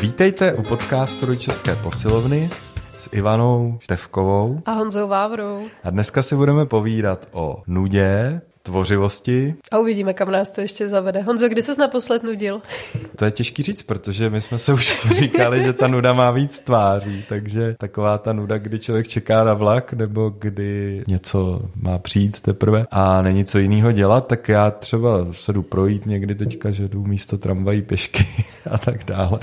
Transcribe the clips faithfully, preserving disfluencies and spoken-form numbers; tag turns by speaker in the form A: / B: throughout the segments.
A: Vítejte u podcastu Rodičovské posilovny s Ivanou Štefkovou
B: a Honzou Vávrou.
A: A dneska si budeme povídat o nudě, tvořivosti.
B: A uvidíme, kam nás to ještě zavede. Honzo, kdy ses naposled nudil?
A: To je těžký říct, protože my jsme se už říkali, že ta nuda má víc tváří, takže taková ta nuda, kdy člověk čeká na vlak, nebo kdy něco má přijít teprve a není co jiného dělat, tak já třeba se jdu projít někdy teďka, že jdu místo tramvají pěšky a tak dále.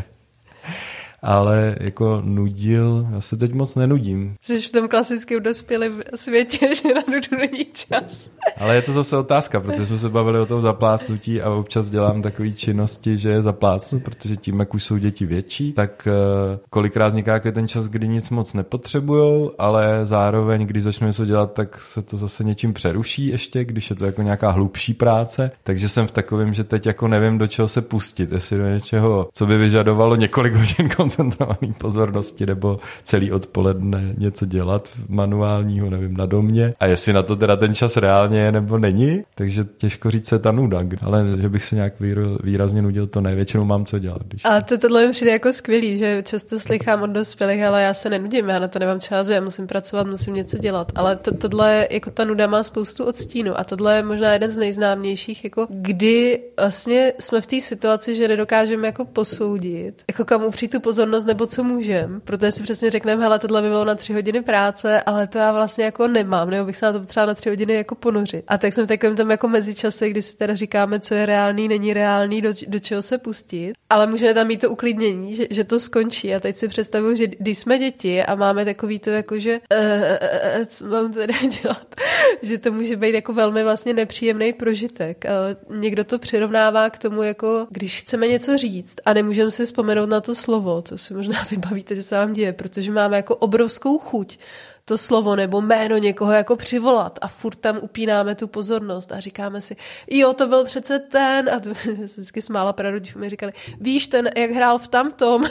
A: Ale jako nudil, já se teď moc nenudím.
B: Jsi v tom klasickém dospělém světě, že na nudu není čas.
A: Ale je to zase otázka, protože jsme se bavili o tom zaplácnutí a občas dělám takové činnosti, že je zaplácnu, protože tím, jak už jsou děti větší, tak uh, kolikrát vzniká jako ten čas, kdy nic moc nepotřebujou, ale zároveň, když začnu něco dělat, tak se to zase něčím přeruší ještě, když je to jako nějaká hlubší práce. Takže jsem v takovém, že teď jako nevím, do čeho se pustit, jestli do něčeho, co by vyžadovalo několik hodin koncentrovaný pozornosti, nebo celý odpoledne něco dělat manuálního, nevím, na domě. A jestli na to teda ten čas reálně je nebo není, takže těžko říct se ta nuda. Ale že bych se nějak výrazně nudil, to ne. Většinou mám co dělat. Když...
B: A to tohle mi přijde jako skvělý, že často slychám od dospělých, ale já se nenudím, já na to nemám čas, já musím pracovat, musím něco dělat. Ale to, tohle, jako ta nuda má spoustu odstínu a tohle je možná jeden z nejznámějších, jako kdy vlastně jsme v té situaci, že nedokážeme jako posoudit, jako kam upřít tu pozornost nebo co můžem, protože si přesně řekneme, hele, tohle by bylo na tři hodiny práce, ale to já vlastně jako nemám, nebo bych se na to potřeba na tři hodiny jako ponořit. A tak jsem v takovém tam jako mezičase, kdy si teda říkáme, co je reálný, není reálný, do, do čeho se pustit, ale můžeme tam mít to uklidnění, že, že to skončí. A teď si představuju, že když jsme děti a máme takový to jako, že uh, co mám teda dělat, že to může být jako velmi vlastně nepříjemný prožitek. Uh, někdo to přirovnává k tomu, jako když chceme něco říct a nemůžeme si vzpomenout na to slovo, co si možná vybavíte, že se vám děje, protože máme jako obrovskou chuť to slovo nebo jméno někoho jako přivolat a furt tam upínáme tu pozornost a říkáme si, jo, to byl přece ten a to se vždycky smála prarodičů, mi říkali, víš, ten, jak hrál v tamtom.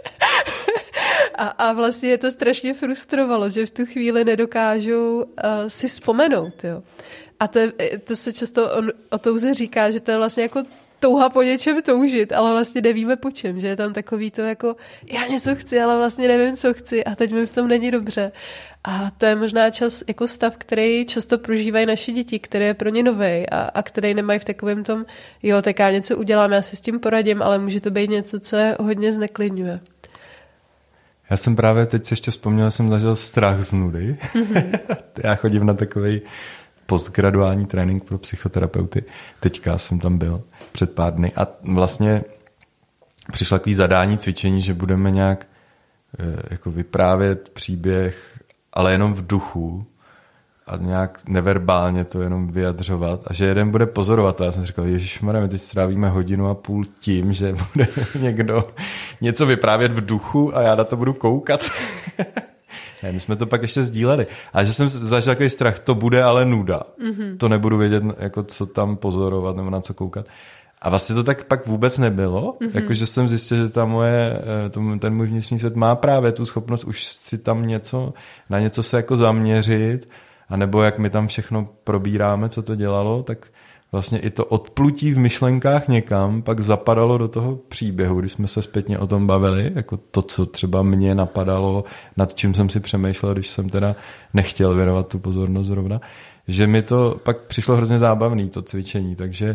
B: a, a vlastně je to strašně frustrovalo, že v tu chvíli nedokážou uh, si vzpomenout, jo. A to, je, to se často o, o touze říká, že to je vlastně jako touha po něčem toužit, ale vlastně nevíme po čem, že je tam takový to jako, já něco chci, ale vlastně nevím, co chci a teď mi v tom není dobře. A to je možná čas jako stav, který často prožívají naši děti, který je pro ně novej a, a který nemají v takovém tom, jo, tak já něco udělám, já si s tím poradím, ale může to být něco, co je hodně zneklidňuje.
A: Já jsem právě teď si ještě vzpomněl, jsem zažil strach z nudy. Mm-hmm. Já chodím na takovej postgraduální trénink pro psychoterapeuty. Teďka jsem tam byl před pár dny a vlastně přišlo takový zadání cvičení, že budeme nějak jako vyprávět příběh, ale jenom v duchu a nějak neverbálně to jenom vyjadřovat a že jeden bude pozorovat. A já jsem říkal, ježišmarja, my teď strávíme hodinu a půl tím, že bude někdo něco vyprávět v duchu a já na to budu koukat. Ne, my jsme to pak ještě sdíleli. A že jsem zažil takový strach, to bude ale nuda. Mm-hmm. To nebudu vědět, jako co tam pozorovat nebo na co koukat. A vlastně to tak pak vůbec nebylo. Mm-hmm. Jakože jsem zjistil, že ta moje, ten můj vnitřní svět má právě tu schopnost už si tam něco, na něco se jako zaměřit, anebo jak my tam všechno probíráme, co to dělalo, tak vlastně i to odplutí v myšlenkách někam pak zapadalo do toho příběhu, když jsme se zpětně o tom bavili, jako to, co třeba mě napadalo, nad čím jsem si přemýšlel, když jsem teda nechtěl věnovat tu pozornost zrovna, že mi to pak přišlo hrozně zábavný, to cvičení, takže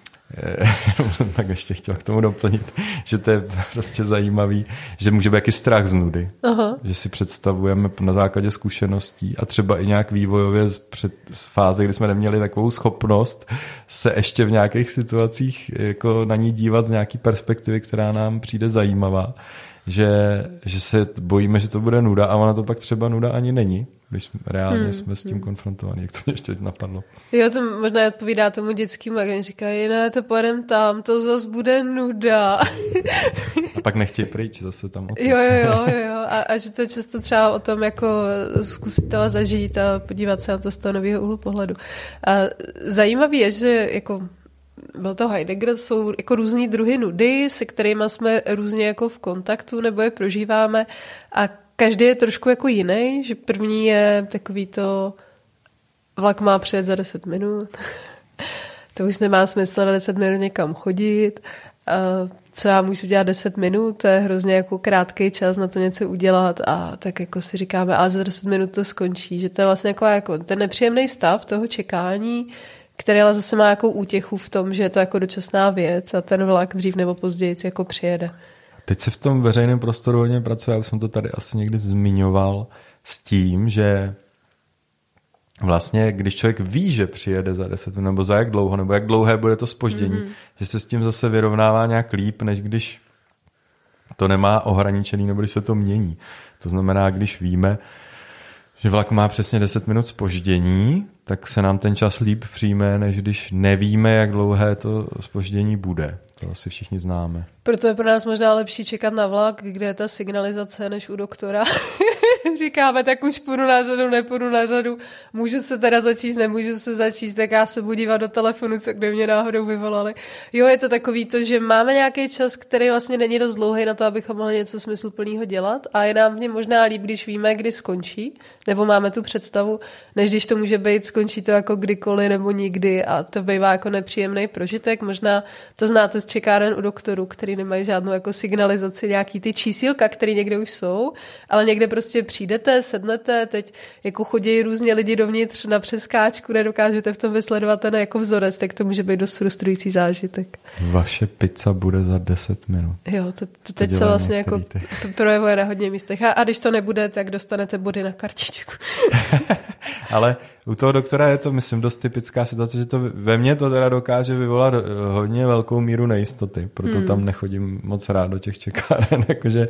A: jsem tak ještě chtěl k tomu doplnit, že to je prostě zajímavý, že může být jaký strach z nudy. Aha. Že si představujeme na základě zkušeností a třeba i nějak vývojově z, před, z fáze, kdy jsme neměli takovou schopnost se ještě v nějakých situacích jako na ní dívat z nějaký perspektivy, která nám přijde zajímavá, že, že se bojíme, že to bude nuda a ona to pak třeba nuda ani není. Když reálně hmm, jsme s tím hmm. konfrontovaní, jak to mě ještě napadlo.
B: Jo, to možná odpovídá tomu dětskému, jak oni říkají, ne, to pojedem tam, to zase bude nuda.
A: A pak nechtějí pryč zase tam.
B: Jo, jo, jo, jo. A, a že to často třeba o tom jako zkusit to zažít a podívat se na to z toho nového úhlu pohledu. A zajímavý je, že jako byl to Heidegger, jsou jako různý druhy nudy, se kterými jsme různě jako v kontaktu nebo je prožíváme a každý je trošku jako jiný, že první je takový to vlak má přijet za deset minut. To už nemá smysl na deset minut někam chodit. co já můžu dělat deset minut, to je hrozně jako krátký čas na to něco udělat a tak jako si říkáme, ale za deset minut to skončí, že to je vlastně jako, jako ten nepříjemný stav toho čekání, který ale zase má jako útěchu v tom, že je to jako dočasná věc a ten vlak dřív nebo později jako přijede.
A: Teď se v tom veřejném prostoru hodně pracuje, já už jsem to tady asi někdy zmiňoval, s tím, že vlastně, když člověk ví, že přijede za deset minut, nebo za jak dlouho, nebo jak dlouhé bude to zpoždění, mm-hmm. že se s tím zase vyrovnává nějak líp, než když to nemá ohraničený, nebo když se to mění. To znamená, když víme, že vlak má přesně deset minut zpoždění, tak se nám ten čas líp přijme, než když nevíme, jak dlouhé to zpoždění bude. To asi všichni známe.
B: Proto je pro nás možná lepší čekat na vlak, kde je ta signalizace, než u doktora. Říkáme, tak už půjdu na řadu, nepůjdu na řadu, můžu se teda začíst, nemůžu se začíst, tak já se budu dívat do telefonu, co kde mě náhodou vyvolali. Jo, je to takový to, že máme nějaký čas, který vlastně není dost dlouhý na to, abychom mohli něco smysluplného dělat a je nám v něm možná líp, když víme, kdy skončí, nebo máme tu představu, než když to může být, skončí to jako kdykoliv nebo nikdy a to bývá jako nepříjemný prožitek. Možná to znáte z čekáren u doktorů, který nemají žádnou jako signalizaci, nějaký ty čísílka, které někde už jsou, ale někde prostě přijdete, sednete, teď jako chodí různě lidi dovnitř na přeskáčku, nedokážete v tom vysledovat ten jako vzorec, tak to může být dost frustrující zážitek.
A: Vaše pizza bude za deset minut.
B: Jo, to, to teď to se vlastně jako projevuje na hodně místech. A, a když to nebude, tak dostanete body na kartičku.
A: Ale u toho doktora je to, myslím, dost typická situace, že to ve mně to teda dokáže vyvolat hodně velkou míru nejistoty, proto hmm. tam nechodím moc rád do těch čekáren, jakože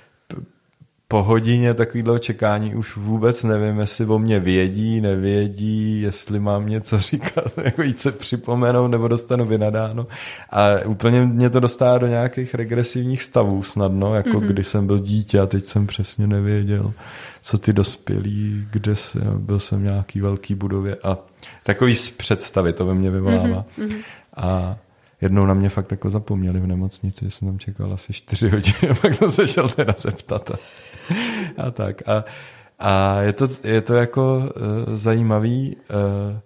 A: po hodině takového čekání už vůbec nevím, jestli o mě vědí, nevědí, jestli mám něco říkat, jako jít se připomenout nebo dostanu vynadáno. A úplně mě to dostává do nějakých regresivních stavů snadno, jako mm-hmm. když jsem byl dítě a teď jsem přesně nevěděl, co ty dospělí, kde jsem, byl jsem v nějaký velký budově a takový z představy to ve mně vyvolává. Mm-hmm. A jednou na mě fakt takhle zapomněli v nemocnici, že jsem tam čekal asi čtyři hodiny, pak jsem se šel teda zeptat. A, a tak. A, a je, to, je to jako uh, zajímavý, uh,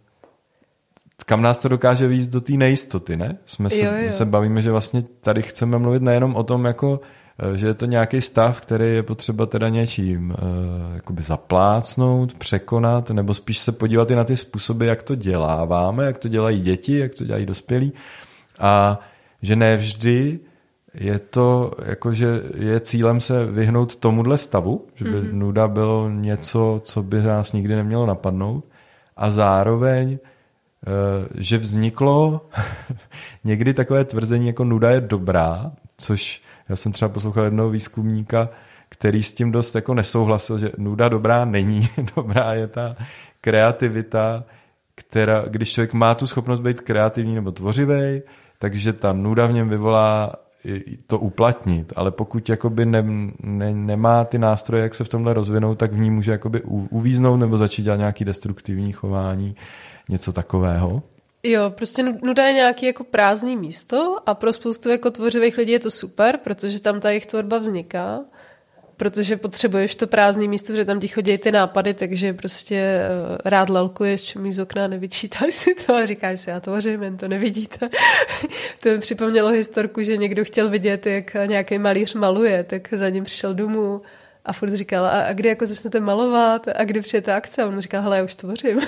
A: kam nás to dokáže výjít do té nejistoty, ne? Jsme se,
B: jo, jo.
A: se bavíme, že vlastně tady chceme mluvit nejenom o tom, jako, uh, že je to nějaký stav, který je potřeba teda něčím uh, jakoby zaplácnout, překonat, nebo spíš se podívat i na ty způsoby, jak to děláváme, jak to dělají děti, jak to dělají dospělí. A že ne vždy je to, jakože je cílem se vyhnout tomuhle stavu, že by mm-hmm. nuda bylo něco, co by nás nikdy nemělo napadnout. A zároveň, že vzniklo někdy takové tvrzení, jako nuda je dobrá, což já jsem třeba poslouchal jednoho výzkumníka, který s tím dost jako nesouhlasil, že nuda dobrá není. Dobrá je ta kreativita, která, když člověk má tu schopnost být kreativní nebo tvořivý, takže ta nuda v něm vyvolá to uplatnit, ale pokud jakoby ne, ne, nemá ty nástroje, jak se v tomhle rozvinout, tak v ní může jakoby uvíznout nebo začít dělat nějaký destruktivní chování, něco takového. Jo, prostě nuda je nějaký jako prázdný místo a pro spoustu jako tvořivých lidí je to super, protože tam ta jejich tvorba vzniká, protože potřebuješ to prázdné místo, protože tam ti chodí ty nápady, takže prostě rád lelkuješ, čumíš z okna, nevyčítáš si to a říkáš si, já tvořím, jen to nevidíte. To mi připomnělo historku, že někdo chtěl vidět, jak nějaký malíř maluje, tak za ním přišel domů a furt říkal, a, a kdy jako začnete malovat a kdy přijete akce? A on říkal, hele, já už tvořím.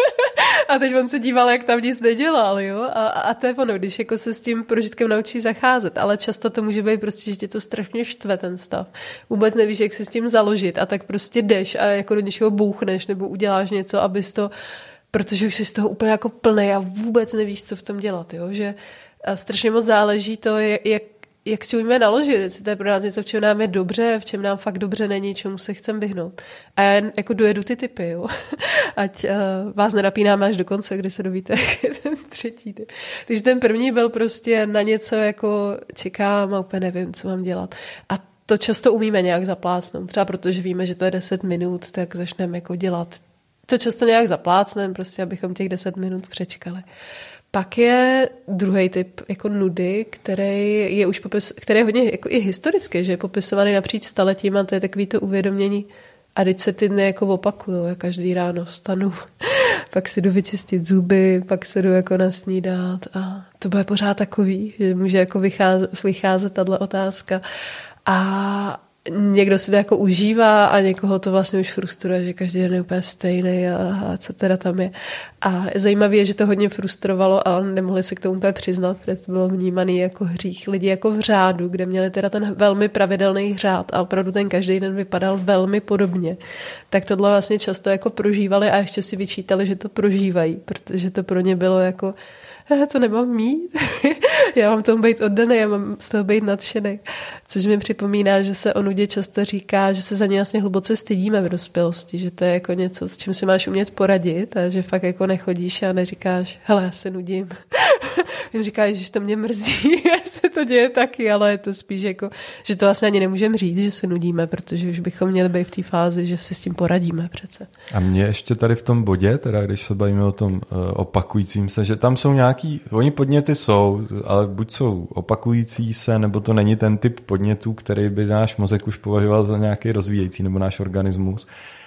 A: A teď on se díval, jak tam nic nedělal, jo? A, a to je ono, když jako se s tím prožitkem naučí zacházet, ale často to může být prostě, že tě to strašně štve ten stav. Vůbec nevíš, jak se s tím založit a tak prostě jdeš a jako do něčeho bouchneš nebo uděláš něco, abys to, protože už jsi z toho úplně jako plnej a vůbec nevíš, co v tom dělat, jo? Že strašně moc záleží to, jak, jak jak si umíme naložit, jestli to je pro nás něco, v čem nám je dobře, v čem nám fakt dobře není, čemu se chcem vyhnout. A já jako dojedu ty typy, jo. Ať uh, vás nenapínáme až do konce, kdy se dovíte, jak je ten třetí typ. Takže ten první byl prostě na něco, jako čekám a úplně nevím, co mám dělat. A to často umíme nějak zaplácnout. Třeba protože víme, že to je deset minut, tak začneme jako dělat. To často nějak zaplácneme, prostě abychom těch deset minut přečkali. Pak je druhý typ jako nudy, který je už popis, který je hodně jako i historický, že je popisovaný napříč staletíma, to je takový to uvědomění,
B: A teď se ty dny jako opakujou, já každý ráno vstanu, pak si jdu vyčistit zuby, pak se jdu jako nasnídat a to bude pořád takový, že může jako vycházet, vycházet tato otázka. A někdo si to jako užívá a někoho to vlastně už frustruje, že každý den je úplně stejný a, a co teda tam je. A zajímavé je, že to hodně frustrovalo, ale nemohli se k tomu úplně přiznat, protože to bylo vnímaný jako hřích. Lidi jako v řádu, kde měli teda ten velmi pravidelný řád a opravdu ten každý den vypadal velmi podobně. Tak tohle vlastně často jako prožívali a ještě si vyčítali, že to prožívají, protože to pro ně bylo jako co nemám mít? Já mám tomu být oddaný, já mám z toho být nadšený. Což mi připomíná, že se o nudě často říká, že se za ně vlastně hluboce stydíme v dospělosti, že to je jako něco, s čím si máš umět poradit a že fakt jako nechodíš a neříkáš, hele, já se nudím. Jim říká, že to mě mrzí, se to děje taky, ale je to spíš jako, že to vlastně ani nemůžeme říct, že se nudíme, protože už bychom měli být v té fázi, že si s tím poradíme přece.
A: A mě ještě tady v tom bodě, teda když se bavíme o tom uh, opakujícím se, že tam jsou nějaký, oni podněty jsou, ale buď jsou opakující se, nebo to není ten typ podnětů, který by náš mozek už považoval za nějaký rozvíjející, nebo náš organismus.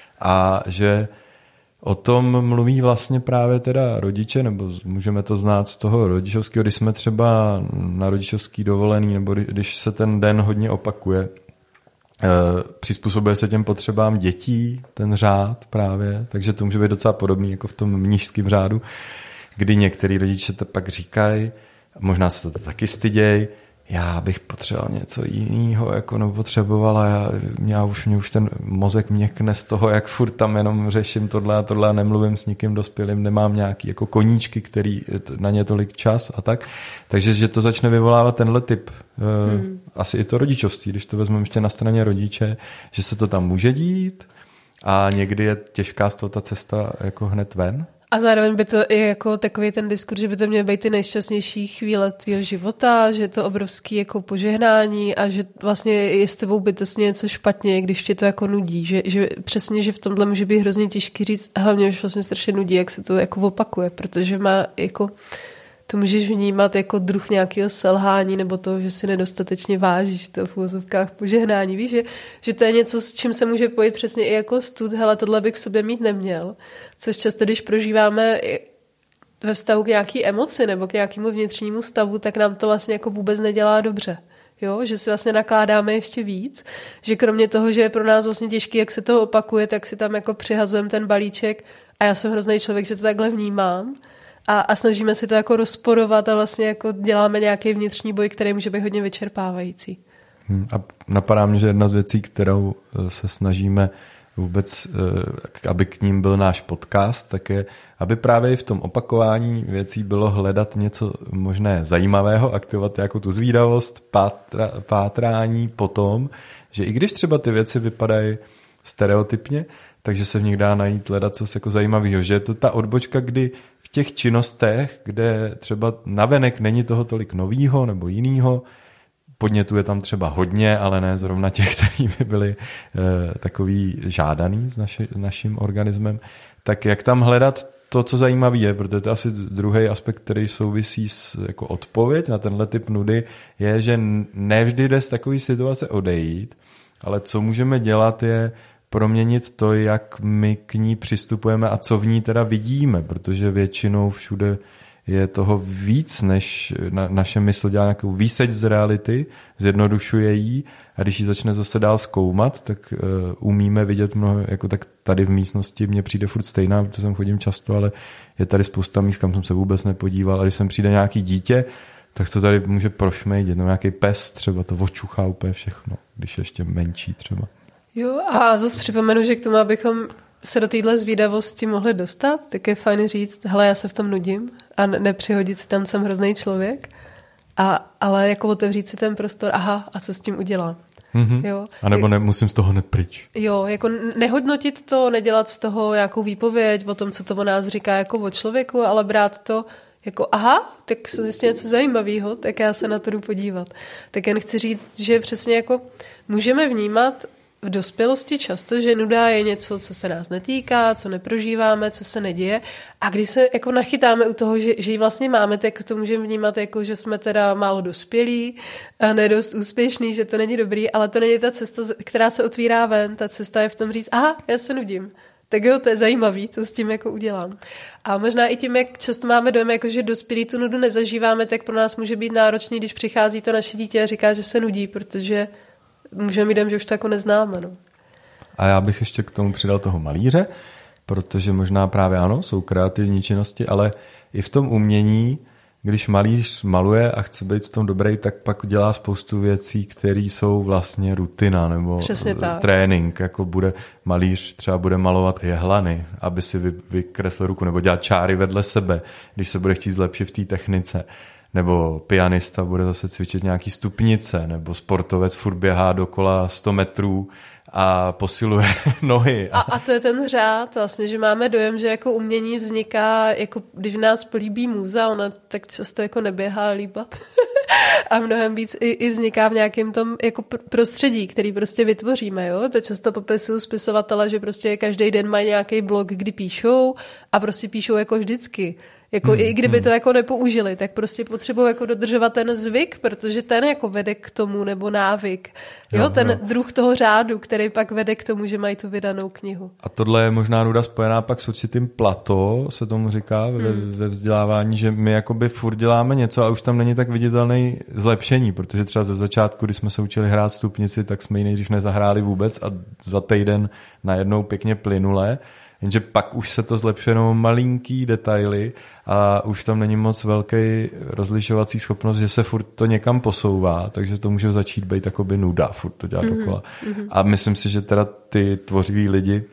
A: A že o tom mluví vlastně právě teda rodiče, nebo můžeme to znát z toho rodičovského, když jsme třeba na rodičovský dovolený, nebo když se ten den hodně opakuje. Přizpůsobuje se těm potřebám dětí ten řád právě, takže to může být docela podobný jako v tom mnišském řádu, kdy některý rodiče to pak říkají, možná se to taky stydějí, já bych potřeboval něco jiného, jako no potřebovala, já, já už, mě už ten mozek měkne z toho, jak furt tam jenom řeším tohle a tohle a nemluvím s nikým dospělým, nemám nějaký jako koníčky, který na ně tolik čas a tak. Takže že to začne vyvolávat tenhle typ, hmm. asi i to rodičovství, když to vezmeme ještě na straně rodiče, že se to tam může dít a někdy je těžká z toho ta cesta jako hned ven.
B: A zároveň by to i jako takový ten diskurs, že by to měly být ty nejšťastnější chvíle tvýho života, že je to obrovský jako požehnání a že vlastně je s tebou bytostně něco špatně, když tě to jako nudí. Že, že přesně, že v tomhle může být hrozně těžký říct, hlavně už vlastně strašně nudí, jak se to jako opakuje, protože má jako, to můžeš vnímat jako druh nějakého selhání nebo toho, že si nedostatečně vážíš to v úvozovkách požehnání. Víš, že, že to je něco, s čím se může pojít přesně i jako stud, hele, tohle bych v sobě mít neměl. Což často, když prožíváme ve vztahu k nějaký emoci nebo k nějakému vnitřnímu stavu, tak nám to vlastně jako vůbec nedělá dobře. Jo? Že si vlastně nakládáme ještě víc, že kromě toho, že je pro nás vlastně těžký, jak se to opakuje, tak si tam jako přihazujeme ten balíček a já jsem hrozný člověk, že to takhle vnímám. A, a snažíme si to jako rozporovat a vlastně jako děláme nějaký vnitřní boj, který může být hodně vyčerpávající.
A: A napadá mě, že jedna z věcí, kterou se snažíme vůbec, aby k ním byl náš podcast, tak je, aby právě v tom opakování věcí bylo hledat něco možné zajímavého, aktivovat jako tu zvídavost, pátra, pátrání potom, že i když třeba ty věci vypadají stereotypně, takže se v nich dá najít hledat co jako zajímavého, že je to ta odbočka, kdy v těch činnostech, kde třeba navenek není toho tolik novýho nebo jinýho, podnětů je tam třeba hodně, ale ne zrovna těch, který by byli e, takový žádaný s naši, naším organismem, tak jak tam hledat to, co zajímavý je, protože to je asi druhý aspekt, který souvisí s jako odpověď na tenhle typ nudy, je, že nevždy jde z takové situace odejít, ale co můžeme dělat je proměnit to, jak my k ní přistupujeme a co v ní teda vidíme, protože většinou všude je toho víc, než na, naše mysl dělá nějakou výseč z reality, zjednodušuje jí a když ji začne zase dál zkoumat, tak uh, umíme vidět mnoho, jako tak tady v místnosti mně přijde furt stejná, protože sem chodím často, ale je tady spousta míst, kam jsem se vůbec nepodíval a když sem přijde nějaký dítě, tak to tady může prošmejdit, no nějaký pes třeba to očuchá úplně všechno, když ještě menší třeba.
B: Jo a zase připomenu, že k tomu, abychom se do téhle zvídavosti mohli dostat, tak je fajn říct, hele, já se v tom nudím a nepřihodit si tam, jsem hrozný člověk, a, ale jako otevřít si ten prostor, aha, a co s tím udělám.
A: Mm-hmm. Jo. A nebo nemusím z toho hned pryč.
B: Jo, jako nehodnotit to, nedělat z toho nějakou výpověď o tom, co to o nás říká jako o člověku, ale brát to jako aha, tak se zjistí něco zajímavého, tak já se na to jdu podívat. Tak jen chci říct, že přesně jako můžeme vnímat v dospělosti často, že nuda je něco, co se nás netýká, co neprožíváme, co se neděje. A když se jako nachytáme u toho, že, že ji vlastně máme, tak to můžeme vnímat jako, že jsme teda málo dospělí, a nedost úspěšný, že to není dobrý, ale to není ta cesta, která se otvírá ven. Ta cesta je v tom říct, aha, já se nudím. Tak jo, to je zajímavý, co s tím jako udělám. A možná i tím, jak často máme dojem, jako že dospělí tu nudu nezažíváme, tak pro nás může být náročný, když přichází to naše dítě a říká, že se nudí, protože můžeme mít dojem, že už to jako neznáme. No.
A: A já bych ještě k tomu přidal toho malíře, protože možná právě ano, jsou kreativní činnosti, ale i v tom umění, když malíř maluje a chce být v tom dobrý, tak pak dělá spoustu věcí, které jsou vlastně rutina nebo trénink. Jako bude malíř třeba bude malovat jehlany, aby si vy, vykreslil ruku, nebo dělat čáry vedle sebe, když se bude chtít zlepšit v té technice. Nebo pianista bude zase cvičit nějaký stupnice, nebo sportovec furt běhá dokola sto metrů a posiluje nohy.
B: A, a to je ten řád vlastně, že máme dojem, že jako umění vzniká, jako když v nás políbí můza, ona tak často jako neběhá líbat. A mnohem víc i, i vzniká v nějakém tom jako prostředí, který prostě vytvoříme. Jo? To často popisují spisovatele, že prostě každý den mají nějaký blog, kdy píšou a prostě píšou jako vždycky. Jako hmm, i kdyby hmm. to jako nepoužili, tak prostě potřebují jako dodržovat ten zvyk, protože ten jako vede k tomu, nebo návyk. Jo, jo ten jo. druh toho řádu, který pak vede k tomu, že mají tu vydanou knihu.
A: A tohle je možná nuda spojená pak s určitým plato, se tomu říká hmm. ve, ve vzdělávání, že my jakoby furt děláme něco a už tam není tak viditelný zlepšení, protože třeba ze začátku, když jsme se učili hrát stupnici, tak jsme ji nejdřív nezahráli vůbec a za týden najednou pěkně plynule. Jenže pak už se to zlepšuje jenom malinký detaily a už tam není moc velký rozlišovací schopnost, že se furt to někam posouvá, takže to může začít být jakoby nuda, furt to dělat mm-hmm. dokola. Mm-hmm. A myslím si, že teda ty tvořiví lidi,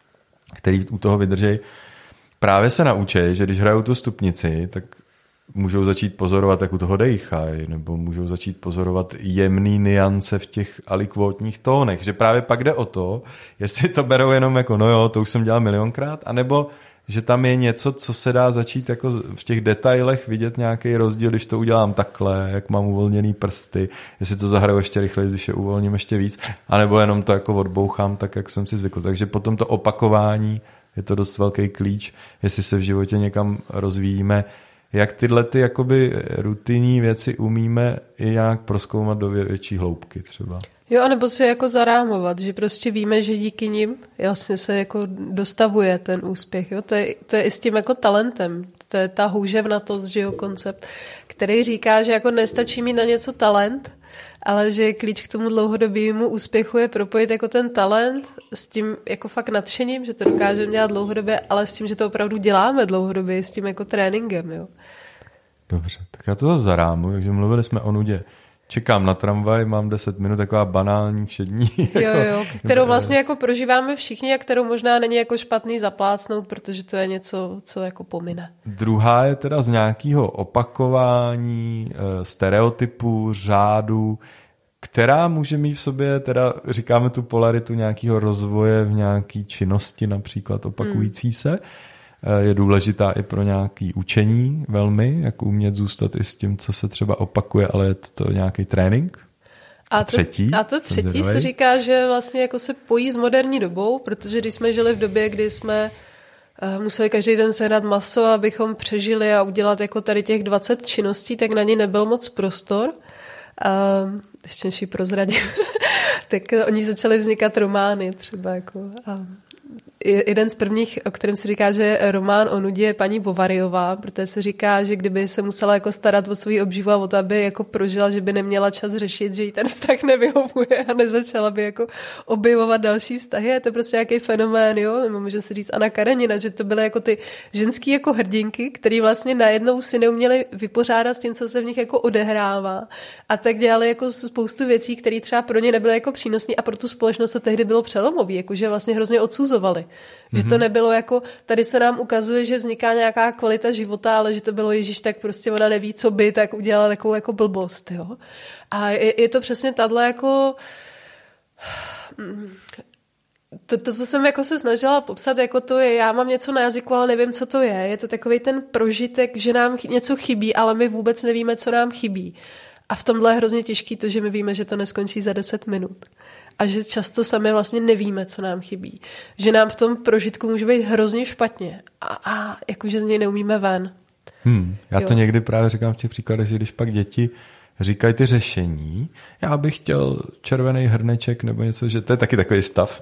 A: kteří u toho vydrží, právě se naučí, že když hrajou tu stupnici, tak můžou začít pozorovat, jak u toho dejchají, nebo můžou začít pozorovat jemný niance v těch alikvótních tónech, že právě pak jde o to, jestli to berou jenom jako no jo, to už jsem dělal milionkrát, anebo že tam je něco, co se dá začít jako v těch detailech vidět nějaký rozdíl, když to udělám takhle, jak mám uvolněný prsty, jestli to zahraju ještě rychleji, když je uvolním ještě víc, anebo jenom to jako odbouchám tak, jak jsem si zvykl. Takže potom to opakování je to dost velký klíč, jestli se v životě někam rozvíjíme, jak tyhle ty jakoby rutinní věci umíme i nějak prozkoumat do větší hloubky třeba.
B: Jo, anebo si jako zarámovat, že prostě víme, že díky nim vlastně se jako dostavuje ten úspěch. Jo? To, je, to je i s tím jako talentem. To je ta houževnatost, že jo, koncept, který říká, že jako nestačí mít na něco talent, ale že klíč k tomu dlouhodobému úspěchu je propojit jako ten talent s tím jako fakt nadšením, že to dokážeme dělat dlouhodobě, ale s tím, že to opravdu děláme dlouhodobě, s tím jako tréninkem. Jo.
A: Dobře, tak já to zase zarámu, takže mluvili jsme o nudě. Čekám na tramvaj, mám deset minut, taková banální všední.
B: Jo, jo, kterou vlastně jako prožíváme všichni a kterou možná není jako špatný zaplácnout, protože to je něco, co jako pomine.
A: Druhá je teda z nějakého opakování, stereotypu, řádu, která může mít v sobě, teda říkáme tu polaritu nějakého rozvoje v nějaké činnosti, například opakující hmm. se. Je důležitá i pro nějaké učení velmi, jak umět zůstat i s tím, co se třeba opakuje, ale je to nějaký trénink.
B: A to třetí, a to třetí se říká, že vlastně jako se pojí s moderní dobou, protože když jsme žili v době, kdy jsme uh, museli každý den sehnat maso, abychom přežili a udělat jako tady těch dvacet činností, tak na ně nebyl moc prostor. Uh, ještě než ji prozradím. Tak oni začali vznikat romány třeba jako... Uh, Jeden z prvních, o kterém se říká, že román o nudě je paní Bovaryová, protože se říká, že kdyby se musela jako starat o svou obživu a o to, aby jako prožila, že by neměla čas řešit, že jí ten vztah nevyhovuje a nezačala by jako objevovat další vztahy. Je to prostě nějaký fenomén, jo? Nebo může se říct Anna Karenina, že to byly jako ty ženský jako hrdinky, který vlastně najednou si neuměli vypořádat s tím, co se v nich jako odehrává. A tak dělali jako spoustu věcí, které třeba pro ně nebyly jako přínosné a pro tu společnost to tehdy bylo přelomový, jakože vlastně hrozně odsuzovali. Že to nebylo jako, tady se nám ukazuje, že vzniká nějaká kvalita života, ale že to bylo Ježíš, tak prostě ona neví, co by, tak udělala takovou jako blbost, jo. A je, je to přesně tato jako... To, to, co jsem jako se snažila popsat, jako to je, já mám něco na jazyku, ale nevím, co to je. Je to takovej ten prožitek, že nám něco chybí, ale my vůbec nevíme, co nám chybí. A v tomhle je hrozně těžký to, že my víme, že to neskončí za deset minut. a že často sami vlastně nevíme, co nám chybí. Že nám v tom prožitku může být hrozně špatně a, a jakože z něj neumíme ven.
A: Hmm, já
B: jo.
A: to někdy právě říkám v těch příkladech, že když pak děti říkají ty řešení, já bych chtěl červený hrneček nebo něco, že to je taky takový stav,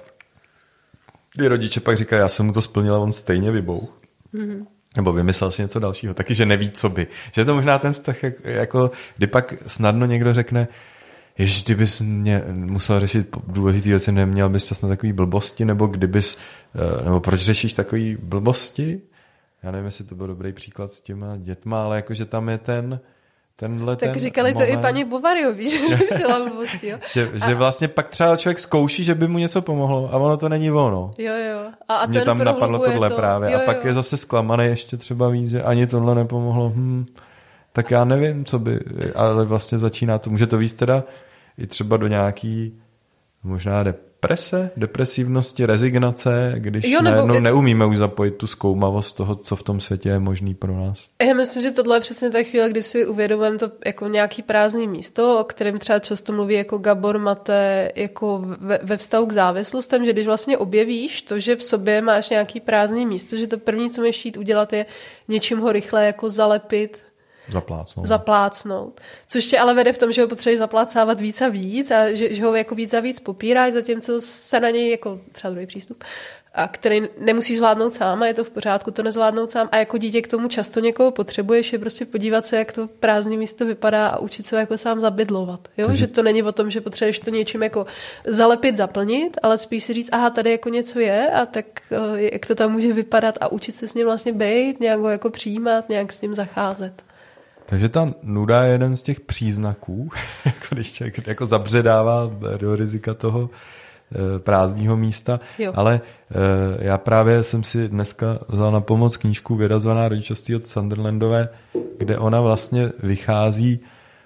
A: kdy rodiče pak říkají, já jsem mu to splnila, on stejně vybouch. Mm-hmm. Nebo vymyslel si něco dalšího, taky, že neví, co by. Že je to možná ten vztah, jako, kdy pak snadno někdo řekne, jež kdybys mě musel řešit důležitý věci, neměl bys čas na takový blbosti, nebo kdybys, nebo proč řešíš takový blbosti? Já nevím, jestli to byl dobrý příklad s těma dětma, ale jakože tam je ten tenhle
B: tak
A: ten
B: říkali
A: moment,
B: to i paní Bovariový, že řešila blbosti, jo.
A: že, a... že vlastně pak třeba člověk zkouší, že by mu něco pomohlo a ono to není ono.
B: Jo, jo. A, a
A: mě tam napadlo tohle
B: to.
A: právě.
B: Jo,
A: a pak
B: jo.
A: je zase zklamaný ještě třeba víc, že ani tohle nepomohlo. Hm, tak já nevím, co by, ale vlastně začíná to. Může to víc teda i třeba do nějaký možná deprese, depresivnosti, rezignace, když jo, najednou je... neumíme už zapojit tu zkoumavost toho, co v tom světě je možný pro nás.
B: Já myslím, že tohle je přesně ta chvíle, kdy si uvědomujeme to jako nějaký prázdný místo, o kterém třeba často mluví jako Gabor Mate, jako ve, ve vztahu k závislostem, že když vlastně objevíš to, že v sobě máš nějaký prázdný místo, že to první, co můžeš jít udělat, je něčím ho rychle jako zalepit,
A: Zaplácnout.
B: Zaplácnout. Což tě ale vede v tom, že ho potřebuješ zaplácávat víc a víc a že, že ho jako víc a víc popíráš, zatímco se na něj jako třeba druhý přístup, a který nemusíš zvládnout sám a je to v pořádku to nezvládnout sám a jako dítě k tomu často někoho potřebuješ je prostě podívat se, jak to prázdné místo vypadá a učit se jako sám zabydlovat. Jo? Takže... Že to není o tom, že potřebuješ to něčím jako zalepit, zaplnit, ale spíš si říct, aha, tady jako něco je a tak jak to tam může vypadat a učit se s ním vlastně bejt, nějak ho jako přijímat, nějak s ním zacházet.
A: Takže ta nuda je jeden z těch příznaků, jako když člověk jako zabředává do rizika toho e, prázdného místa, jo. Ale e, já právě jsem si dneska vzal na pomoc knížku Věda zvaná rodičovství od Sunderlandové, kde ona vlastně vychází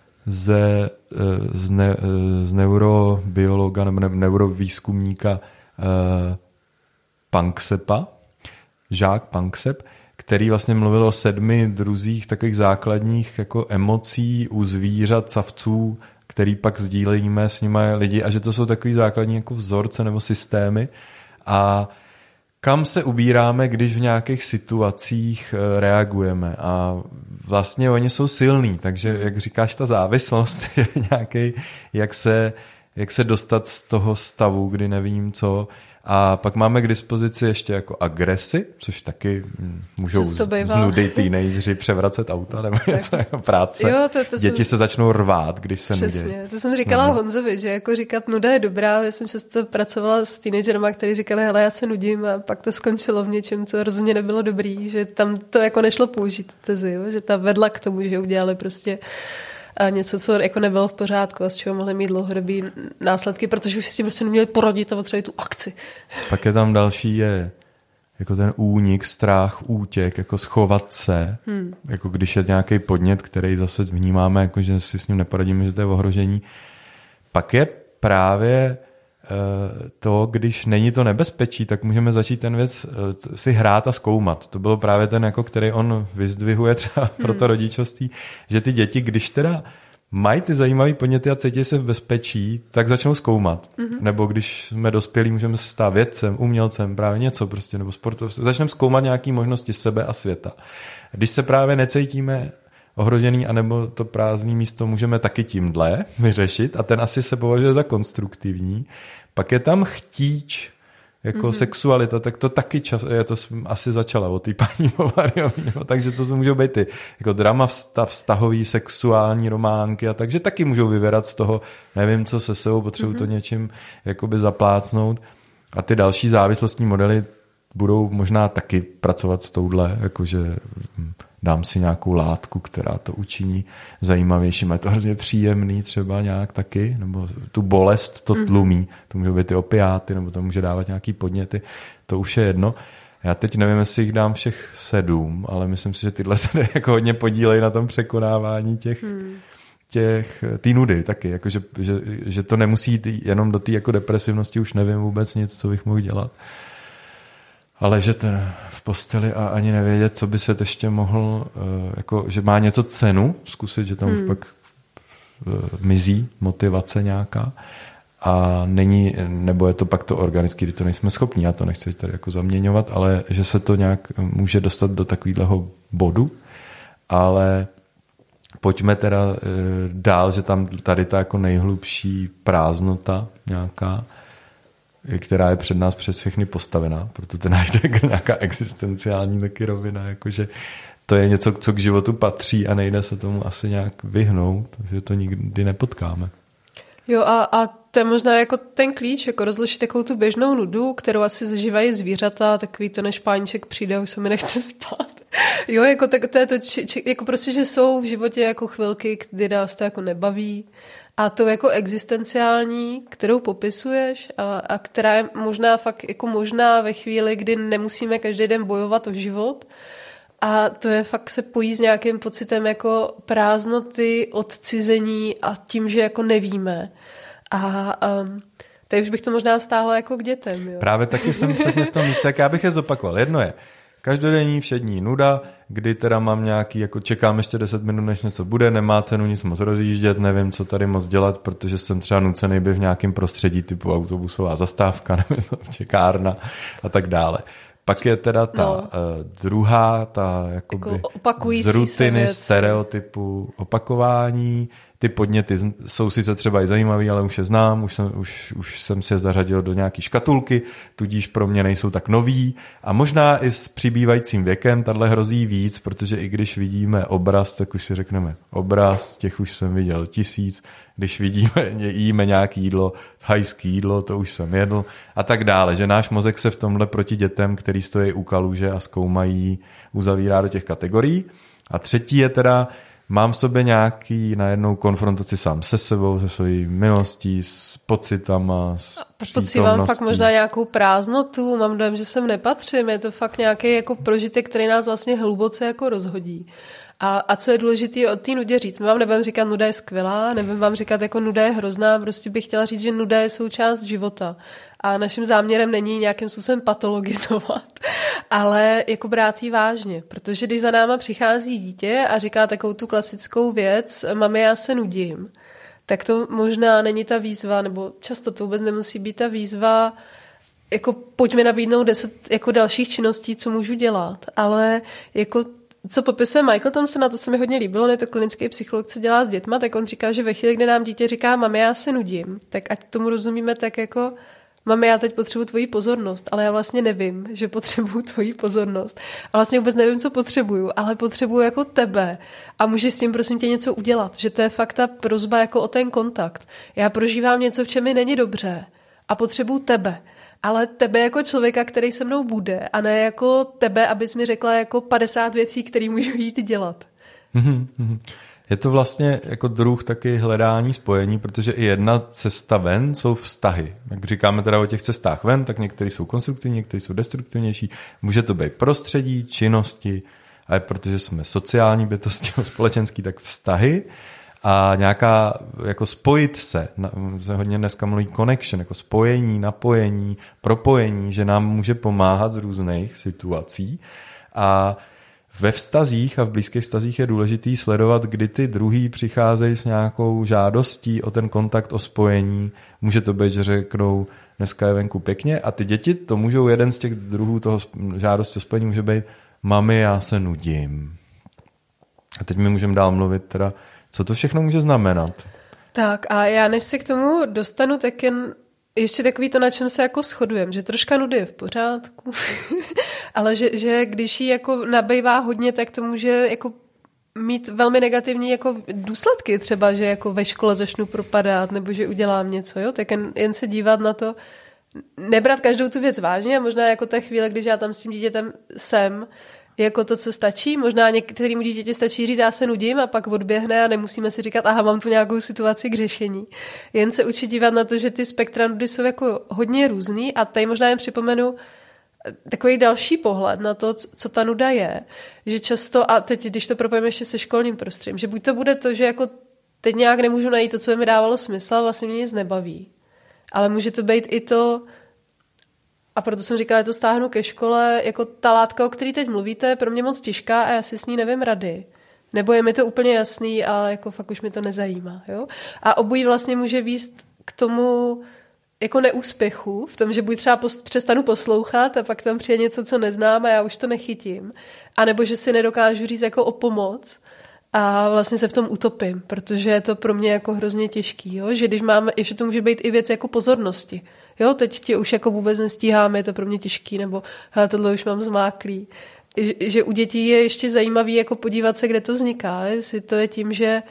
A: ze, e, z, ne, e, z neurobiologa nebo ne, neurovýzkumníka e, Panksepa, Jacques Panksepp, který vlastně mluvil o sedmi druzích takových základních jako emocí u zvířat, savců, který pak sdílíme s nimi lidi a že to jsou takový základní jako vzorce nebo systémy a kam se ubíráme, když v nějakých situacích reagujeme a vlastně oni jsou silní, takže jak říkáš, ta závislost je nějaký, jak se, jak se dostat z toho stavu, kdy nevím co. A pak máme k dispozici ještě jako agresi, což taky můžou z, z nudy teenageři převracet auta nebo něco jako práce. Jo, to, to Děti jsem... se začnou rvát, když se nudí.
B: Přesně, to jsem říkala Snadno. Honzovi, že jako říkat nuda je dobrá. Já jsem často pracovala s teenagerama, kteří říkali, hele, já se nudím a pak to skončilo v něčem, co rozhodně nebylo dobrý, že tam to jako nešlo použít tezi, jo? Že ta vedla k tomu, že udělali prostě a něco, co jako nebylo v pořádku a z čeho mohli mít dlouhodobý následky, protože už si tím prostě neměli porodit a potřebovali tu akci.
A: Pak je tam další, je jako ten únik, strach, útěk, jako schovat se, hmm. jako když je nějaký podnět, který zase vnímáme, jako že si s ním neporadíme, že to je ohrožení. Pak je právě to, když není to nebezpečí, tak můžeme začít ten věc si hrát a zkoumat. To bylo právě ten, jako, který on vyzdvihuje třeba hmm. pro to rodičovství, že ty děti, když teda mají ty zajímavé podněty a cítí se v bezpečí, tak začnou zkoumat. Mm-hmm. Nebo když jsme dospělí, můžeme se stát vědcem, umělcem, právě něco prostě, nebo sportovcem. Začneme zkoumat nějaké možnosti sebe a světa. Když se právě necítíme ohrožený, anebo to prázdné místo můžeme taky tímhle vyřešit a ten asi se považuje za konstruktivní. Pak je tam chtíč, jako mm-hmm. sexualita, tak to taky čas, já to jsem asi začala od té paní Bovariové, takže to se můžou být ty jako drama, vztah, vztahový, sexuální románky a takže taky můžou vyvěrat z toho, nevím co se sebou, potřebuji mm-hmm. to něčím jakoby zaplácnout a ty další závislostní modely budou možná taky pracovat s touhle, jakože dám si nějakou látku, která to učiní zajímavějším. Je to hrozně příjemný třeba nějak taky, nebo tu bolest to tlumí. To můžou být ty opiáty, nebo to může dávat nějaký podněty. To už je jedno. Já teď nevím, jestli jich dám všech sedm, ale myslím si, že tyhle se jako hodně podílejí na tom překonávání těch, hmm. těch tý nudy taky. Jako že, že, že to nemusí jít jenom do té jako depresivnosti, už nevím vůbec nic, co bych mohl dělat. Ale že ten v posteli a ani nevědět, co by se ještě mohl, jako, že má něco cenu, zkusit, že tam hmm. už pak mizí motivace nějaká. a není, nebo je to pak to organicky, kdy to nejsme schopní, já to nechci tady jako zaměňovat, ale že se to nějak může dostat do takového bodu, ale pojďme teda dál, že tam tady ta jako nejhlubší prázdnota nějaká, která je před nás přes všechny postavená, proto to najde nějaká existenciální taky rovina, jakože to je něco, co k životu patří a nejde se tomu asi nějak vyhnout, že to nikdy nepotkáme.
B: Jo a, a to je možná jako ten klíč, jako rozlišit takovou tu běžnou nudu, kterou asi zažívají zvířata, takový to, než páníček přijde a už se mi nechce spát. Jo, jako tak, to je to, či, či, jako prostě, že jsou v životě jako chvilky, kdy nás to jako nebaví. A to jako existenciální, kterou popisuješ a, a která je možná fakt jako možná ve chvíli, kdy nemusíme každý den bojovat o život. A to je fakt se pojí s nějakým pocitem jako prázdnoty, odcizení a tím, že jako nevíme. A um, tady už bych to možná vztáhla jako k dětem. Jo.
A: Právě taky jsem přesně v tom místě, jak já bych je zopakoval. Jedno je každodenní všední nuda, kdy teda mám nějaký, jako čekám ještě deset minut, než něco bude, nemá cenu nic moc rozjíždět, nevím, co tady moc dělat, protože jsem třeba nucený být v nějakém prostředí typu autobusová zastávka, nevím, čekárna a tak dále. Pak je teda ta no. uh, druhá, ta jakoby
B: jako
A: z rutiny, stereotypu, opakování. Ty podněty jsou sice třeba i zajímavý, ale už je znám, už jsem, už, už jsem si je zařadil do nějaký škatulky, tudíž pro mě nejsou tak nový. A možná i s přibývajícím věkem tahle hrozí víc, protože i když vidíme obraz, tak už si řekneme obraz, těch už jsem viděl tisíc. Když vidíme, jíme nějaké jídlo, thajské jídlo, to už jsem jedl a tak dále. Že náš mozek se v tomhle proti dětem, který stojí u kaluže a zkoumají, uzavírá do těch kategorií. A třetí je teda, mám v sobě nějaký najednou konfrontaci sám se sebou, se svojí milostí, s pocitama, s přítomností.
B: Mám fakt možná nějakou prázdnotu, mám dojem, že sem nepatřím, je to fakt nějaký jako prožitek, který nás vlastně hluboce jako rozhodí. A, a co je důležité od té nudě říct? My vám nebudeme říkat, nuda je skvělá, nebudeme vám říkat, jako nuda je hrozná, prostě bych chtěla říct, že nuda je součást života. A naším záměrem není nějakým způsobem patologizovat, ale jako brát jí vážně. Protože když za náma přichází dítě a říká takovou tu klasickou věc, mami, já se nudím, tak to možná není ta výzva, nebo často to vůbec nemusí být ta výzva, jako pojďme nabídnout deset jako dalších činností, co můžu dělat, ale jako co popisuje Michael Thompson, na to se mi hodně líbilo, on je to klinický psycholog, co dělá s dětma, tak on říká, že ve chvíli, kdy nám dítě říká, mami, já se nudím, tak ať tomu rozumíme tak jako, mami, já teď potřebuji tvoji pozornost, ale já vlastně nevím, že potřebuji tvoji pozornost. A vlastně vůbec nevím, co potřebuju, ale potřebuju jako tebe. A můžeš s tím, prosím tě, něco udělat, že to je fakt ta prosba jako o ten kontakt. Já prožívám něco, v čem mi není dobře a potřebuju tebe. Ale tebe jako člověka, který se mnou bude, a ne jako tebe, abys mi řekla jako padesát věcí, které můžu jít dělat.
A: Je to vlastně jako druh taky hledání spojení, protože i jedna cesta ven jsou vztahy. Jak říkáme teda o těch cestách ven, tak některé jsou konstruktivní, některé jsou destruktivnější. Může to být prostředí, činnosti, ale protože jsme sociální bytosti, společenský, tak vztahy. A nějaká, jako spojit se, se hodně dneska mluví connection, jako spojení, napojení, propojení, že nám může pomáhat z různých situací. A ve vztazích a v blízkých vztazích je důležitý sledovat, kdy ty druhý přicházejí s nějakou žádostí o ten kontakt, o spojení. Může to být, že řeknou, dneska je venku pěkně, a ty děti, to můžou, jeden z těch druhů toho žádosti o spojení může být, mami, já se nudím. A teď my můžeme dál mluvit teda, co to všechno může znamenat?
B: Tak a já než se k tomu dostanu, tak jen ještě takový to, na čem se jako shodujeme, že troška nudy je v pořádku, ale že, že když jí jako nabývá hodně, tak to může jako mít velmi negativní jako důsledky, třeba, že jako ve škole začnu propadat, nebo že udělám něco, jo? Tak jen, jen se dívat na to, nebrat každou tu věc vážně a možná jako ta chvíle, když já tam s tím dítětem jsem, jako to, co stačí. Možná některému dítěti stačí říct, já se nudím a pak odběhne a nemusíme si říkat, aha, mám tu nějakou situaci k řešení. Jen se učit dívat na to, že ty spektra nudy jsou jako hodně různý a tady možná jen připomenu takový další pohled na to, co ta nuda je. Že často, a teď, když to propojíme ještě se školním prostředím, že buď to bude to, že jako teď nějak nemůžu najít to, co by mi dávalo smysl a vlastně mě nic nebaví. Ale může to být i to, a proto jsem říkala, že to stáhnu ke škole, jako ta látka, o který teď mluvíte, je pro mě moc těžká a já si s ní nevím rady. Nebo je mi to úplně jasný, ale jako fakt už mi to nezajímá. Jo? A obojí vlastně může vést k tomu jako neúspěchu, v tom, že buď třeba post, přestanu poslouchat a pak tam přijde něco, co neznám a já už to nechytím. A nebo že si nedokážu říct jako o pomoc a vlastně se v tom utopím, protože je to pro mě jako hrozně těžký, jo? Že když máme, ještě to může být i věc jako pozornosti. Jo, teď tě už jako vůbec nestíháme, je to pro mě těžký, nebo hele, tohle už mám zmáklý. Že, že u dětí je ještě zajímavý jako podívat se, kde to vzniká. Jestli to je tím, že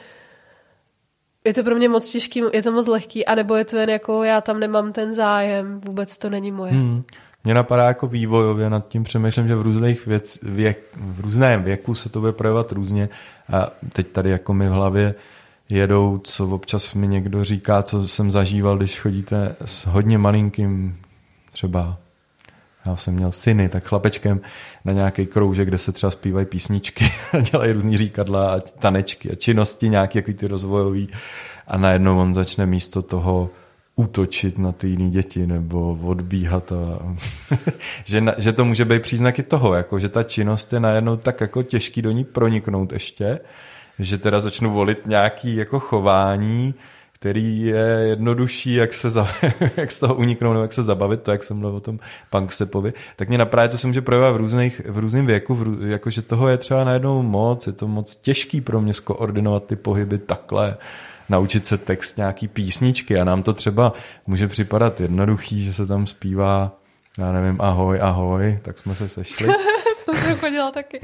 B: je to pro mě moc těžký, je to moc lehký, anebo je to jen jako já tam nemám ten zájem, vůbec to není moje.
A: Hmm. Mně napadá jako vývojově, nad tím přemýšlím, že v různých věc, věk, v různém věku se to bude projevovat různě a teď tady jako mi v hlavě jedou, co občas mi někdo říká, co jsem zažíval, když chodíte s hodně malinkým, třeba já jsem měl syny, tak chlapečkem na nějaký kroužek, kde se třeba zpívají písničky a dělají různý říkadla a tanečky a činnosti nějaký jako ty rozvojový a najednou on začne místo toho útočit na ty jiné děti nebo odbíhat a že, na, že to může být příznaky toho, jako že ta činnost je najednou tak jako těžký do ní proniknout ještě, že teda začnu volit nějaký jako chování, který je jednodušší, jak se za, jak z toho uniknout, nebo jak se zabavit, to, jak jsem mluvil o tom Panksepovi, tak mě napadá, to se může projevovat v, různých, v různém věku, v rů, jakože toho je třeba najednou moc, je to moc těžký pro mě skoordinovat ty pohyby takhle, naučit se text nějaký písničky a nám to třeba může připadat jednoduchý, že se tam zpívá, já nevím, ahoj, ahoj, tak jsme se sešli.
B: To jsem chodila taky.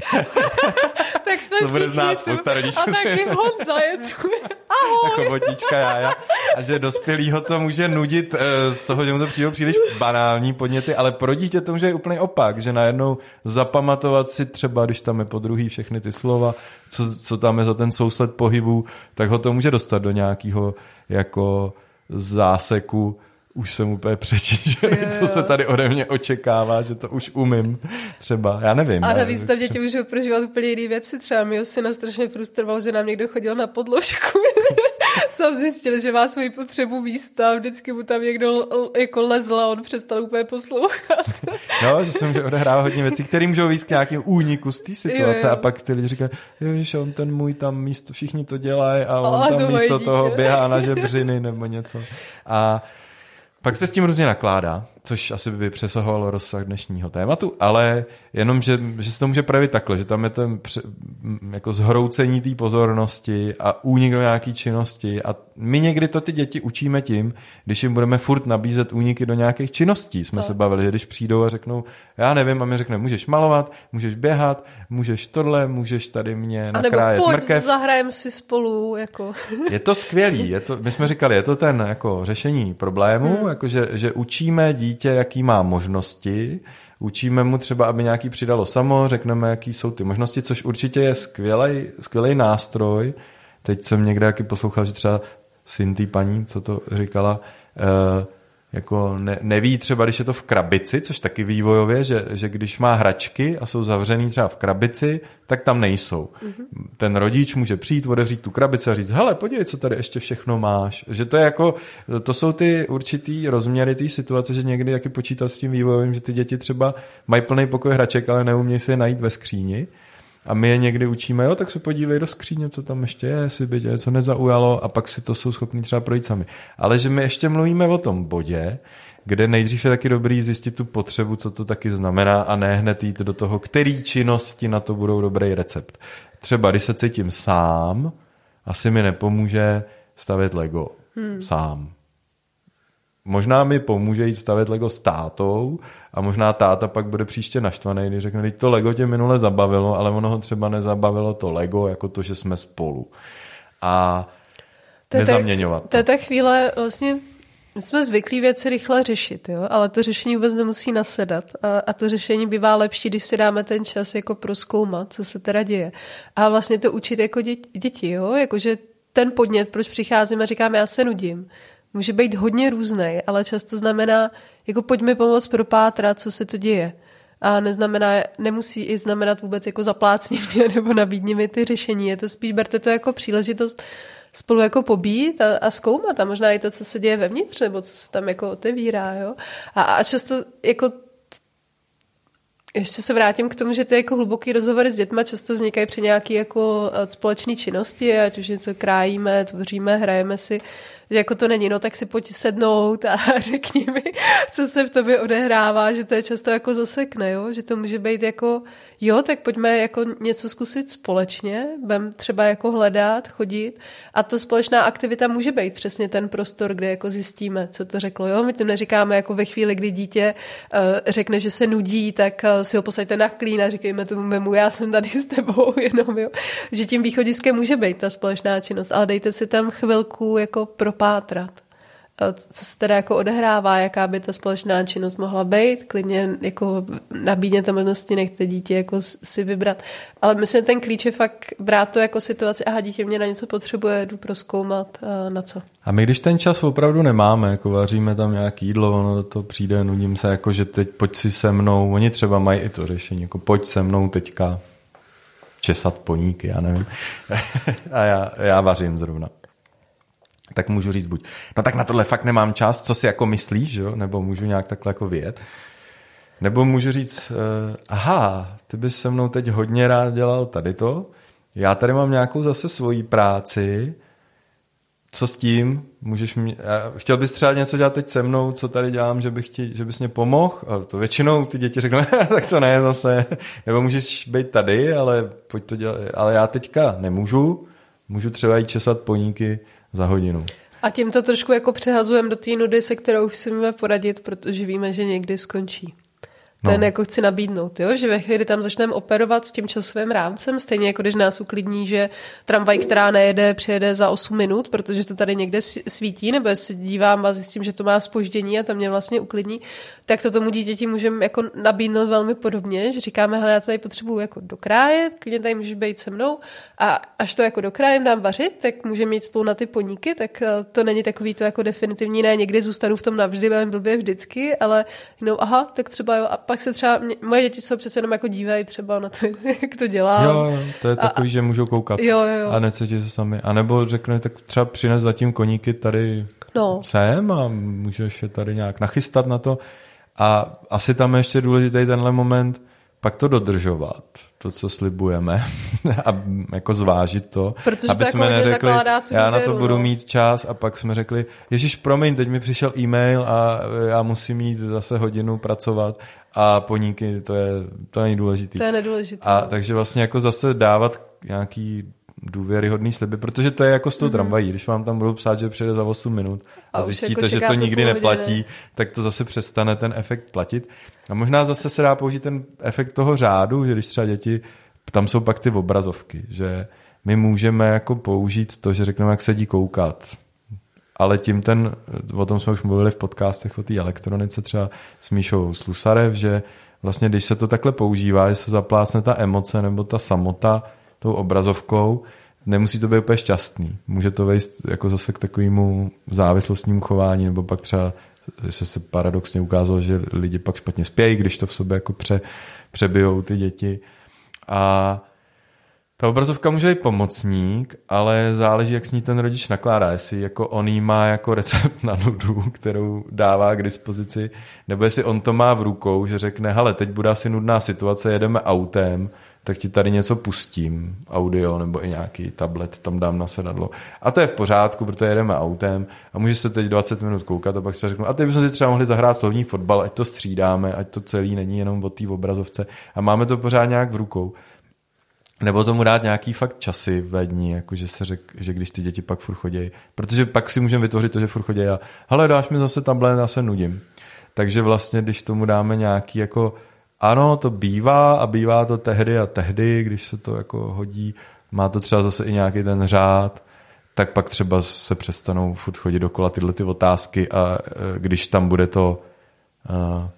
B: Tak jsme
A: to bude znát spousta rodičů.
B: A taky Honza je tu. Ahoj.
A: Jako botička jája. A že dospělýho to může nudit z toho, že mu to přijde příliš banální podněty, ale pro dítě to může je úplný opak, že najednou zapamatovat si třeba, když tam je po druhý všechny ty slova, co, co tam je za ten souslet pohybů, tak ho to může dostat do nějakého jako záseku. Už jsem úplně přetížený, co se tady ode mě očekává, že to už umím třeba, já nevím.
B: A navíc tam děti můžou prožívat úplně jiný věci, třeba mýho syna strašně frustroval, že nám někdo chodil na podložku. Jsem zjistil, že má svoji potřebu místa, vždycky mu tam někdo jako lezl a on přestal úplně poslouchat.
A: No, že se může odehrát hodně věcí, které můžou víc k nějakému úniku z té situace jo, jo. A pak ty lidi říkají, ježiš, on ten můj tam místo, všichni to dělají a on o, tam to místo toho běhá na žebřiny nebo něco. A pak se s tím různě nakládá, což asi by přesahovalo rozsah dnešního tématu, ale jenom, že, že se to může projevit takhle, že tam je ten pře, jako zhroucení té pozornosti a únik do nějaké činnosti a my někdy to ty děti učíme tím, když jim budeme furt nabízet úniky do nějakých činností. Jsme to. se bavili, že když přijdou a řeknou, já nevím, a my řekneme, můžeš malovat, můžeš běhat, můžeš tohle, můžeš tady mě nakrájet mrkev.
B: A nebo pojď, zahrajem si spolu. Jako.
A: Je to skvělý, je to, my jsme říkali, je to ten jako řešení problému, hmm. jako že, že učíme dítě, jaký má možnosti, učíme mu třeba, aby nějaký přidalo samo, řekneme, jaký jsou ty možnosti, což určitě je skvělej, skvělej nástroj. Teď jsem někde jaký poslouchal, že třeba syn té paní, co to říkala, eh, jako ne, neví třeba, když je to v krabici, což taky vývojově, že, že když má hračky a jsou zavřený třeba v krabici, tak tam nejsou. Mm-hmm. Ten rodič může přijít, otevřít tu krabici a říct, hele, podívej, co tady ještě všechno máš. Že to je jako, to jsou ty určitý rozměry té situace, že někdy taky počítat s tím vývojovým, že ty děti třeba mají plný pokoj hraček, ale neumějí si je najít ve skříni. A my je někdy učíme, jo, tak se podívej do skříně, co tam ještě je, jestli by tě něco nezaujalo a pak si to jsou schopní třeba projít sami. Ale že my ještě mluvíme o tom bodě, kde nejdřív je taky dobrý zjistit tu potřebu, co to taky znamená a ne hned jít do toho, který činnosti na to budou dobrý recept. Třeba když se cítím sám, asi mi nepomůže stavět Lego hmm. sám. Možná mi pomůže jít stavět Lego s tátou a možná táta pak bude příště naštvaný, když řekne, to Lego tě minule zabavilo, ale ono ho třeba nezabavilo to Lego, jako to, že jsme spolu. A to nezaměňovat to.
B: To je ta chvíle, vlastně my jsme zvyklí věci rychle řešit, jo? Ale to řešení vůbec nemusí nasedat. A, a to řešení bývá lepší, když si dáme ten čas jako prozkoumat, co se teda děje. A vlastně to učit jako děti, děti jo? Jakože ten podnět, proč přicházím a říkám, já se nudím, může být hodně různej, ale často znamená, jako pojďme pomoct propátrat, co se to děje. A neznamená, nemusí i znamenat vůbec jako zaplácni mě nebo nabídni mi ty řešení. Je to spíš, berte to jako příležitost spolu jako pobít a, a zkoumat a možná i to, co se děje vevnitř, nebo co se tam jako otevírá. Jo? A, a často jako ještě se vrátím k tomu, že ty jako hluboký rozhovory s dětma často vznikají při nějaké jako společné činnosti, ať už něco krájíme, tvoříme, hrajeme si, Že jako to není, no tak si pojď sednout a řekni mi, co se v tobě odehrává, že to je často jako zasekne, jo? Že to může být jako, jo, tak pojďme jako něco zkusit společně, budeme třeba jako hledat, chodit a ta společná aktivita může být přesně ten prostor, kde jako zjistíme, co to řeklo, jo? My tím neříkáme jako ve chvíli, kdy dítě uh, řekne, že se nudí, tak uh, si ho posaďte na klín a říkejme tomu mému, já jsem tady s tebou, jenom, jo? Že tím východiskem může být ta společná činnost, ale dejte si tam chvilku jako propátrat, co se teda jako odehrává, jaká by ta společná činnost mohla být, klidně jako nabídněte možnosti, nechte dítě jako si vybrat. Ale myslím, ten klíč je fakt brát to jako situaci, aha, dítě mě na něco potřebuje, jdu prozkoumat, na co.
A: A my když ten čas opravdu nemáme, jako vaříme tam nějaký jídlo, ono to přijde, nudím se, jako že teď pojď si se mnou, oni třeba mají i to řešení, jako pojď se mnou teďka česat poníky, já nevím. A já, já vařím zrovna. Tak můžu říct buď, no tak na tohle fakt nemám čas, co si jako myslíš, jo? Nebo můžu nějak takhle jako vyjet. Nebo můžu říct, uh, aha, ty bys se mnou teď hodně rád dělal tady to, já tady mám nějakou zase svoji práci, co s tím, můžeš mě, chtěl bys třeba něco dělat teď se mnou, co tady dělám, že, bych ti, že bys mě pomohl, a to většinou ty děti řeknou, tak to ne zase, nebo můžeš být tady, ale pojď to dělat, ale já teďka nemůžu, můžu třeba jít česat poníky za hodinu.
B: A tím to trošku jako přehazujeme do té nudy, se kterou už si můžeme poradit, protože víme, že někdy skončí. Ten no. jako chci nabídnout, jo? Že ve chvíli tam začneme operovat s tím časovým rámcem, stejně jako když nás uklidní, že tramvaj, která nejede, přijede za osm minut, protože to tady někde svítí, nebo jestli dívám a zjistím, že to má zpoždění a to mě vlastně uklidní, tak to tomu dítěti můžeme jako nabídnout velmi podobně, že říkáme, hele, já tady potřebuju jako dokrájet, klidně tady můžeš být se mnou a až to jako dokrájem dám vařit, tak můžeme mít spolu na ty poníky, tak to není takový to jako definitivní, ne, někdy zůstanu v tom navždy, budem blbě vždycky, ale no, aha, tak třeba jo, a pak se třeba, mě, moje děti se přece jenom jako dívají třeba na to, jak to dělám.
A: Jo, to je takový, a, že můžou koukat
B: jo, jo, jo.
A: a necítí se sami. A nebo řekne, tak třeba přines zatím koníky tady no. sem a můžeš je tady nějak nachystat na to. A asi tam je ještě důležitý tenhle moment, pak to dodržovat, to, co slibujeme, a jako zvážit to.
B: Protože
A: aby
B: to
A: jsme
B: jako
A: neřekli, já na to
B: důvěru,
A: budu
B: no.
A: mít čas a pak jsme řekli, ježiš, promiň, teď mi přišel e-mail a já musím jít zase hodinu pracovat a poníky, to je, to není důležitý.
B: To je nedůležitý.
A: A takže vlastně jako zase dávat nějaký důvěryhodný sliby, protože to je jako s tou mm-hmm. tramvají, když vám tam budou psát, že přijde za osm minut a, a zjistíte, jako že to nikdy neplatí, tak to zase přestane ten efekt platit. A možná zase se dá použít ten efekt toho řádu, že když třeba děti, tam jsou pak ty obrazovky, že my můžeme jako použít to, že řekneme, jak sedí koukat. Ale tím ten, o tom jsme už mluvili v podcastech o té elektronice třeba s Míšou Slusarev, že vlastně když se to takhle používá, že se zaplácne ta emoce nebo ta samota tou obrazovkou, nemusí to být úplně šťastný. Může to vést jako zase k takovému závislostnímu chování, nebo pak třeba se, se paradoxně ukázalo, že lidi pak špatně spějí, když to v sobě jako pře, přebijou ty děti. A ta obrazovka může být pomocník, ale záleží, jak s ní ten rodič nakládá. Jestli jako on jí má jako recept na nudu, kterou dává k dispozici, nebo jestli on to má v rukou, že řekne, hele, teď bude asi nudná situace, jedeme autem, tak ti tady něco pustím, audio nebo i nějaký tablet, tam dám na sedadlo. A to je v pořádku, protože jedeme autem a může se teď dvacet minut koukat a pak třeba řeknu, a teď bychom si třeba mohli zahrát slovní fotbal, ať to střídáme, ať to celý není jenom o té obrazovce a máme to pořád nějak v rukou. Nebo tomu dát nějaký fakt časy ve dní, jako že se řek, že když ty děti pak furt chodějí, protože pak si můžeme vytvořit to, že furt chodějí a hele, dáš mi zase tablet, já se nudím. Takže vlastně, když tomu dáme nějaký jako ano, to bývá a bývá to tehdy a tehdy, když se to jako hodí, má to třeba zase i nějaký ten řád, tak pak třeba se přestanou furt chodit dokola tyhle ty otázky a když tam bude to uh,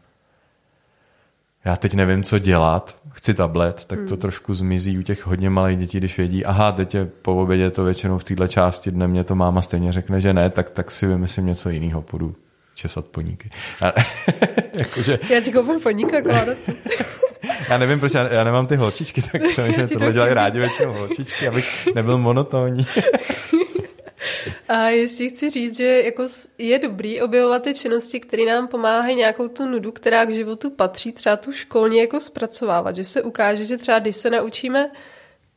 A: já teď nevím, co dělat, chci tablet, tak to hmm. trošku zmizí u těch hodně malých dětí, když vědí, aha, teď je po obědě to většinou v této části dne, mě to máma stejně řekne, že ne, tak, tak si vymyslím něco jiného, půjdu česat poníky. A, jakože...
B: Já ti koupím poníka, Kláraci.
A: Já nevím, proč já, já nemám ty holčičky, tak přemýšlím, tohle dělají rádi většinou holčičky, abych nebyl monotónní.
B: A ještě chci říct, že jako je dobrý objevovat ty činnosti, které nám pomáhají nějakou tu nudu, která k životu patří, třeba tu školní jako zpracovávat, že se ukáže, že třeba když se naučíme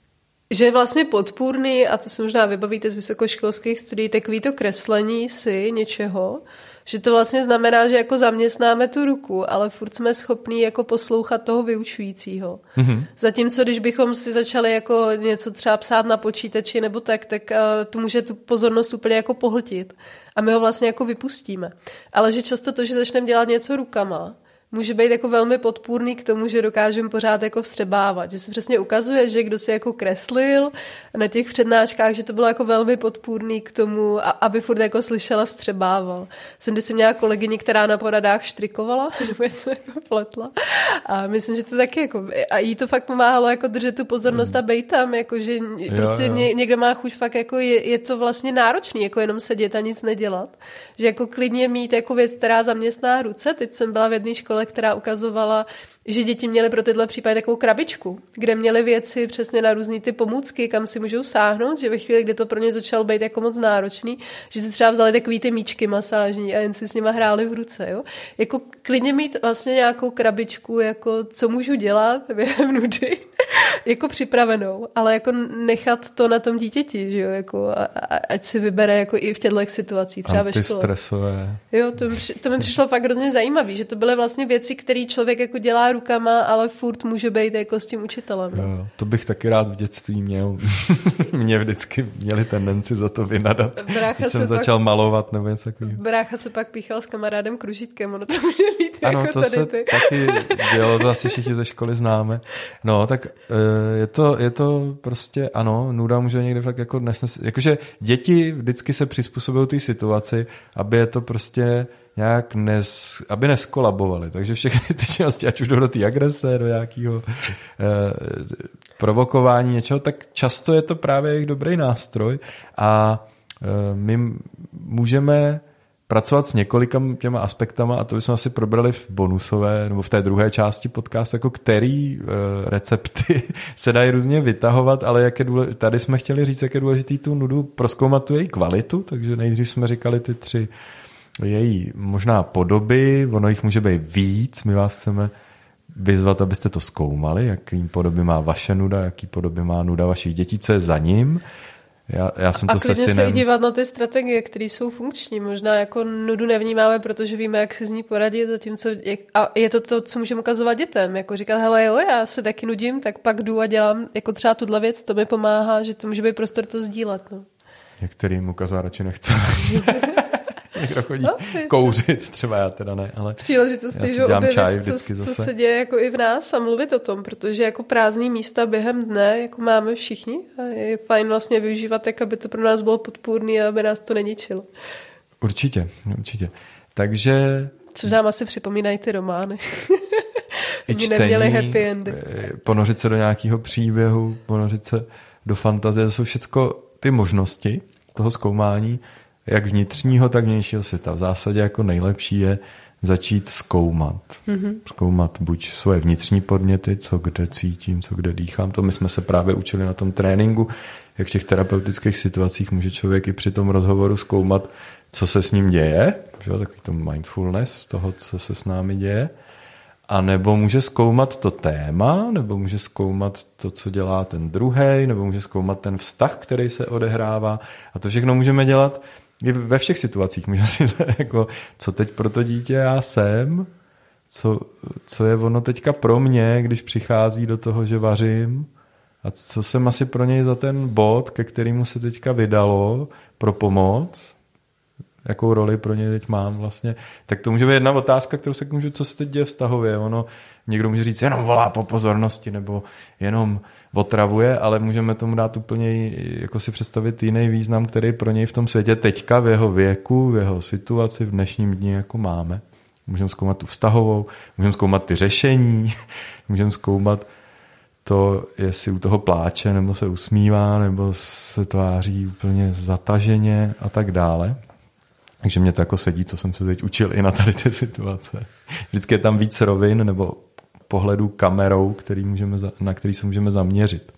B: že je vlastně podpůrný, a to si možná vybavíte z vysokoškolských studií, takový to kreslení si něčeho, že to vlastně znamená, že jako zaměstnáme tu ruku, ale furt jsme schopní jako poslouchat toho vyučujícího. Mm-hmm. Zatímco, když bychom si začali jako něco třeba psát na počítači nebo tak, tak uh, to může tu pozornost úplně jako pohltit. A my ho vlastně jako vypustíme. Ale že často to, že začneme dělat něco rukama, může být jako velmi podpůrný k tomu, že dokážeme pořád jako vstřebávat. Že se přesně ukazuje, že kdo si jako kreslil na těch přednáškách, že to bylo jako velmi podpůrný k tomu, aby furt jako slyšela vstřebával. Jsem když si měla kolegyni, která na poradách štrikovala, nebo něco jako pletla. A myslím, že to taky jako, a jí to fakt pomáhalo jako držet tu pozornost a bejt tam, jako že prostě jo, jo. někdo má chuť fakt jako je, je to vlastně náročný, jako jenom sedět a nic nedělat. Že jako klidně mít jako věc, která zaměstná ruce. Teď jsem byla v jedné škole, která ukazovala, že děti měly pro tyhle případy takovou krabičku, kde měly věci přesně na různý ty pomůcky, kam si můžou sáhnout, že ve chvíli, kdy to pro ně začalo být jako moc náročný, že si třeba vzali takový ty míčky masážní a jen si s nima hráli v ruce. Jo? Jako klidně mít vlastně nějakou krabičku, jako co můžu dělat během nudy, jako připravenou, ale jako nechat to na tom dítěti, že jo? Jako, a, a, ať si vybere jako i v těchto situacích, třeba ve škole.
A: Antistresové.
B: Jo, to, to mi přišlo fakt hrozně zajímavé, že to byly vlastně věci, které člověk jako dělá rukama, ale furt může být jako s tím učitelem.
A: Jo, to bych taky rád v dětství měl. Mě vždycky měli tendenci za to vynadat, Brácha když jsem začal pak, malovat nebo něco takového.
B: Brácha se pak píchal s kamarádem kružítkem, ono to může být
A: ano,
B: jako
A: to
B: tady
A: se
B: ty.
A: taky dělo, to asi všichni ze školy známe. No, tak je to, je to prostě, ano, nuda může někde fakt jako nesnes, jakože děti vždycky se přizpůsobují té situaci, aby je to prostě nějak nes, aby neskolabovali. Takže všechny ty činnosti, ať už jdou do té agrese, do nějakého eh, provokování něčeho, tak často je to právě jejich dobrý nástroj a eh, my můžeme pracovat s několika těma aspektama a to bychom asi probrali v bonusové nebo v té druhé části podcastu, jako který e, recepty se dají různě vytahovat, ale jak je důle, tady jsme chtěli říct, jak je důležitý tu nudu prozkoumat tu její kvalitu, takže nejdřív jsme říkali ty tři její možná podoby, ono jich může být víc, my vás chceme vyzvat, abyste to zkoumali, jaký podoby má vaše nuda, jaký podoby má nuda vašich dětí, co je za ním. Já, já jsem
B: a
A: to
B: klidně
A: se synem...
B: se dívat na ty strategie, které jsou funkční. Možná jako nudu nevnímáme, protože víme, jak si z ní poradit, zatímco je, a je to to, co můžeme ukazovat dětem. Jako říkat, hele jo, já se taky nudím, tak pak jdu a dělám jako třeba tuhle věc, to mi pomáhá, že to může být prostor to sdílet. No.
A: Některým ukazovat radši nechce. Někdo chodí no, kouřit, třeba já teda ne, ale
B: příležitosti, že objevit, co, co se děje jako i v nás a mluvit o tom, protože jako prázdný místa během dne jako máme všichni a je fajn vlastně využívat tak, aby to pro nás bylo podpůrný a aby nás to neničilo.
A: Určitě, určitě. Takže...
B: Což nám asi připomínají ty romány. Oni neměli happy endy.
A: Ponořit se do nějakého příběhu, ponořit se do fantazie, to jsou všecko ty možnosti toho zkoumání, jak vnitřního, tak vnějšího světa. V zásadě jako nejlepší je začít zkoumat. Mm-hmm. Zkoumat buď svoje vnitřní podněty, co kde cítím, co kde dýchám. To my jsme se právě učili na tom tréninku, jak v těch terapeutických situacích může člověk i při tom rozhovoru zkoumat, co se s ním děje. Že? Takový to mindfulness z toho, co se s námi děje. A nebo může zkoumat to téma, nebo může zkoumat to, co dělá ten druhej, nebo může zkoumat ten vztah, který se odehrává. A to všechno můžeme dělat i ve všech situacích. Můžeme si jako, co teď pro to dítě já jsem, co, co je ono teďka pro mě, když přichází do toho, že vařím, a co jsem asi pro něj za ten bod, ke kterému se teďka vydalo pro pomoc, jakou roli pro ně teď mám vlastně, tak to může být jedna otázka, kterou se můžu, co se teď děje vztahově. Ono, někdo může říct, jenom volá po pozornosti, nebo jenom otravuje, ale můžeme tomu dát úplně, jako si představit jiný význam, který pro něj v tom světě teďka, v jeho věku, v jeho situaci, v dnešním dni jako máme. Můžeme zkoumat tu vztahovou, můžeme zkoumat ty řešení, můžeme zkoumat to, jestli u toho pláče, nebo se usmívá, nebo se tváří úplně zataženě a tak dále. Takže mě to jako sedí, co jsem se teď učil i na tady ty situace. Vždycky je tam víc rovin nebo pohledů kamerou, který můžeme, na který se můžeme zaměřit.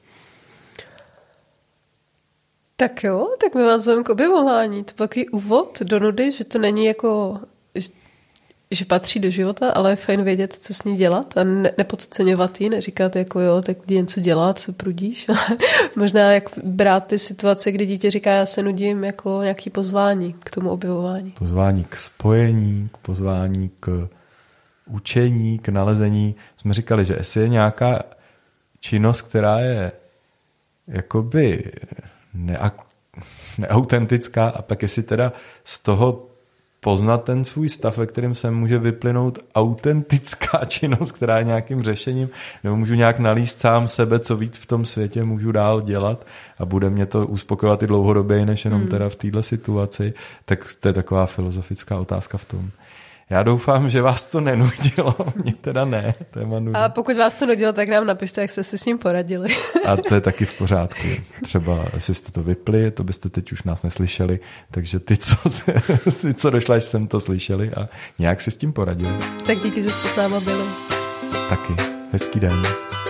B: Tak jo, tak my vás zveme k objevování. To je takový úvod do nudy, že to není jako, že patří do života, ale je fajn vědět, co s ní dělat a ne, nepodceňovat ji, neříkat jako jo, tak jdi něco dělat, co prudíš. Možná jak brát ty situace, kdy dítě říká, já se nudím, jako nějaký pozvání k tomu objevování.
A: Pozvání k spojení, k pozvání k učení, k nalezení. Jsme říkali, že jestli je nějaká činnost, která je jakoby neak- neautentická a pak jestli teda z toho poznat ten svůj stav, ve kterém se může vyplynout autentická činnost, která je nějakým řešením, nebo můžu nějak nalíst sám sebe, co víc v tom světě můžu dál dělat a bude mě to uspokojovat i dlouhodobě, než jenom hmm. teda v této situaci, tak to je taková filozofická otázka v tom. Já doufám, že vás to nenudilo, mě teda ne. Téma nudí.
B: A pokud vás to nudilo, tak nám napište, jak jste si s ním poradili.
A: A to je taky v pořádku. Třeba, jestli jste to vypli, to byste teď už nás neslyšeli, takže ty, co, ty, co došla, jsem to slyšeli a nějak si s tím poradili.
B: Tak díky, že jste s náma byli.
A: Taky. Hezký den.